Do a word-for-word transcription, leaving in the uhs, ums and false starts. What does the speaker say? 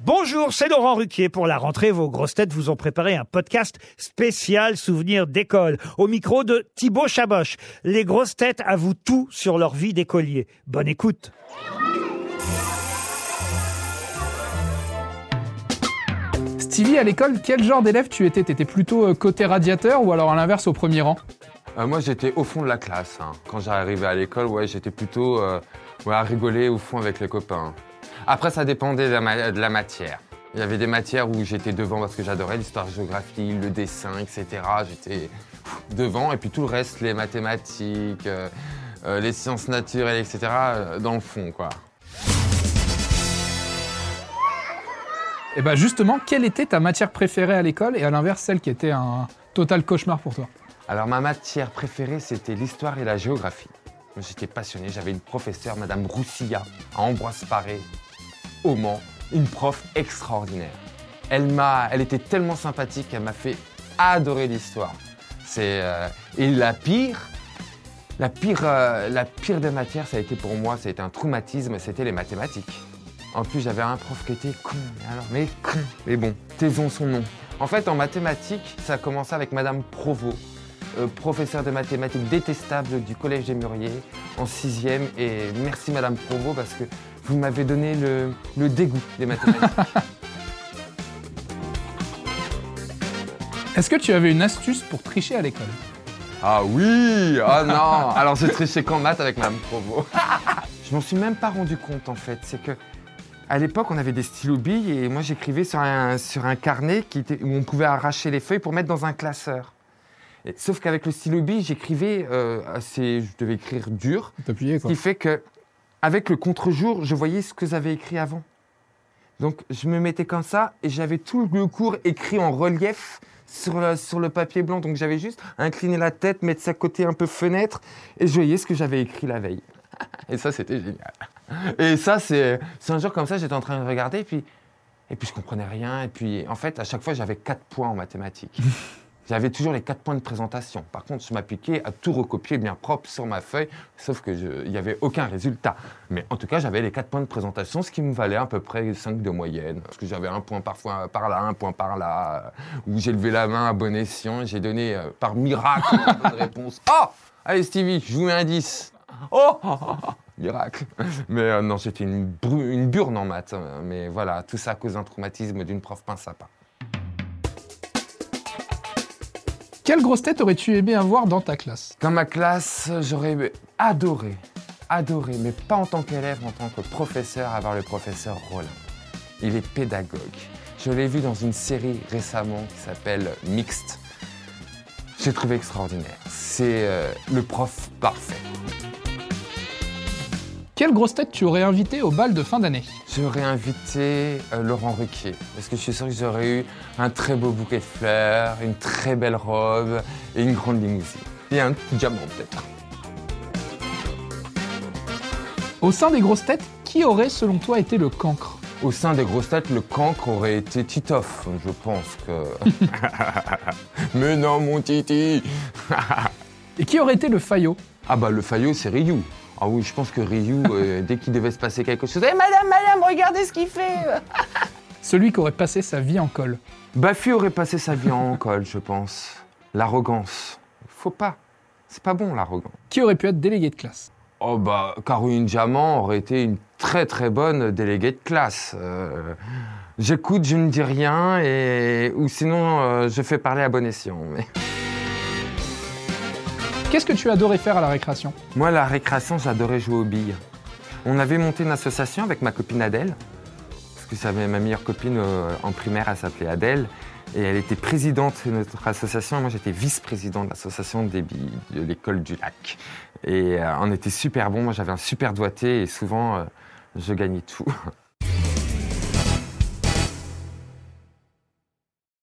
Bonjour, c'est Laurent Ruquier. Pour la rentrée, vos grosses têtes vous ont préparé un podcast spécial souvenirs d'école. Au micro de Thibaut Chaboch. Les grosses têtes avouent tout sur leur vie d'écolier. Bonne écoute. Stevie, à l'école, quel genre d'élève tu étais? T'étais plutôt côté radiateur ou alors à l'inverse au premier rang? euh, Moi, j'étais au fond de la classe. Hein. Quand j'arrivais à l'école, ouais, j'étais plutôt euh, ouais, à rigoler au fond avec les copains. Après, ça dépendait de la, ma- de la matière. Il y avait des matières où j'étais devant parce que j'adorais l'histoire-géographie, le dessin, et cetera. J'étais devant. Et puis tout le reste, les mathématiques, euh, euh, les sciences naturelles, et cetera, euh, dans le fond, quoi. Et bah justement, quelle était ta matière préférée à l'école et à l'inverse, celle qui était un total cauchemar pour toi? Alors, ma matière préférée, c'était l'histoire et la géographie. J'étais passionné. J'avais une professeure, Madame Roussilla, à Ambroise-Paré, au Mans, une prof extraordinaire. Elle m'a, elle était tellement sympathique, elle m'a fait adorer l'histoire. C'est euh, et la pire, la pire, euh, la pire des matières, ça a été pour moi, ça a été un traumatisme, c'était les mathématiques. En plus, j'avais un prof qui était con, mais alors, mais con. Mais bon, taisons son nom. En fait, en mathématiques, ça a commencé avec Madame Provost, euh, professeure de mathématiques détestable du Collège des Mûriers, en sixième. Et merci Madame Provost, parce que vous m'avez donné le, le dégoût des mathématiques. Est-ce que tu avais une astuce pour tricher à l'école? Ah oui! Ah non! Alors j'ai triché qu'en maths avec Madame Provost. Je m'en suis même pas rendu compte en fait. C'est que à l'époque, on avait des stylos billes et moi j'écrivais sur un, sur un carnet qui était, où on pouvait arracher les feuilles pour mettre dans un classeur. Et, sauf qu'avec le stylo bille, j'écrivais euh, assez, je devais écrire dur. T'appuyais, quoi. Ce qui fait que avec le contre-jour, je voyais ce que j'avais écrit avant. Donc je me mettais comme ça et j'avais tout le cours écrit en relief sur le, sur le papier blanc. Donc j'avais juste à incliner la tête, mettre ça côté un peu fenêtre et je voyais ce que j'avais écrit la veille. Et ça, c'était génial. Et ça, c'est, c'est un jour comme ça, j'étais en train de regarder et puis, et puis je comprenais rien. Et puis en fait, à chaque fois, j'avais quatre points en mathématiques. J'avais toujours les quatre points de présentation. Par contre, je m'appliquais à tout recopier bien propre sur ma feuille, sauf qu'il n'y avait aucun résultat. Mais en tout cas, j'avais les quatre points de présentation, ce qui me valait à peu près cinq de moyenne. Parce que j'avais un point parfois par là, un point par là, où j'ai levé la main à bon escient, j'ai donné euh, par miracle une bonne réponse. Oh! Allez Stevie, je vous mets un dix. Oh! Miracle. Mais euh, non, c'était une, bru- une burne en maths. Mais voilà, tout ça à cause d'un traumatisme d'une prof pas sympa. Quelle grosse tête aurais-tu aimé avoir dans ta classe? Dans ma classe, j'aurais adoré, adoré, mais pas en tant qu'élève, en tant que professeur, avoir le professeur Rollin. Il est pédagogue. Je l'ai vu dans une série récemment qui s'appelle Mixte. J'ai trouvé extraordinaire. C'est euh, le prof parfait. Quelle grosse tête tu aurais invité au bal de fin d'année? J'aurais invité euh, Laurent Ruquier, parce que je suis sûr que j'aurais eu un très beau bouquet de fleurs, une très belle robe et une grande limousine. Et un petit diamant peut-être. Au sein des grosses têtes, qui aurait selon toi été le cancre? Au sein des grosses têtes, le cancre aurait été Titoff, je pense que... Mais non, mon Titi. Et qui aurait été le faillot? Ah bah le faillot, c'est Ryu. Ah oui, je pense que Ryu, euh, dès qu'il devait se passer quelque chose, hey, madame, madame, regardez ce qu'il fait. Celui qui aurait passé sa vie en colle. Baffy aurait passé sa vie en colle, je pense. L'arrogance. Faut pas. C'est pas bon, l'arrogance. Qui aurait pu être délégué de classe? Oh bah, Caroline Diamant aurait été une très très bonne déléguée de classe. Euh, j'écoute, je ne dis rien, et ou sinon, euh, je fais parler à bon escient. Mais... Qu'est-ce que tu adorais faire à la récréation? Moi, la récréation, j'adorais jouer aux billes. On avait monté une association avec ma copine Adèle, parce que j'avais ma meilleure copine euh, en primaire, elle s'appelait Adèle, et elle était présidente de notre association, et moi j'étais vice-président de l'association des billes de l'école du lac. Et euh, on était super bons, moi j'avais un super doigté, et souvent euh, je gagnais tout.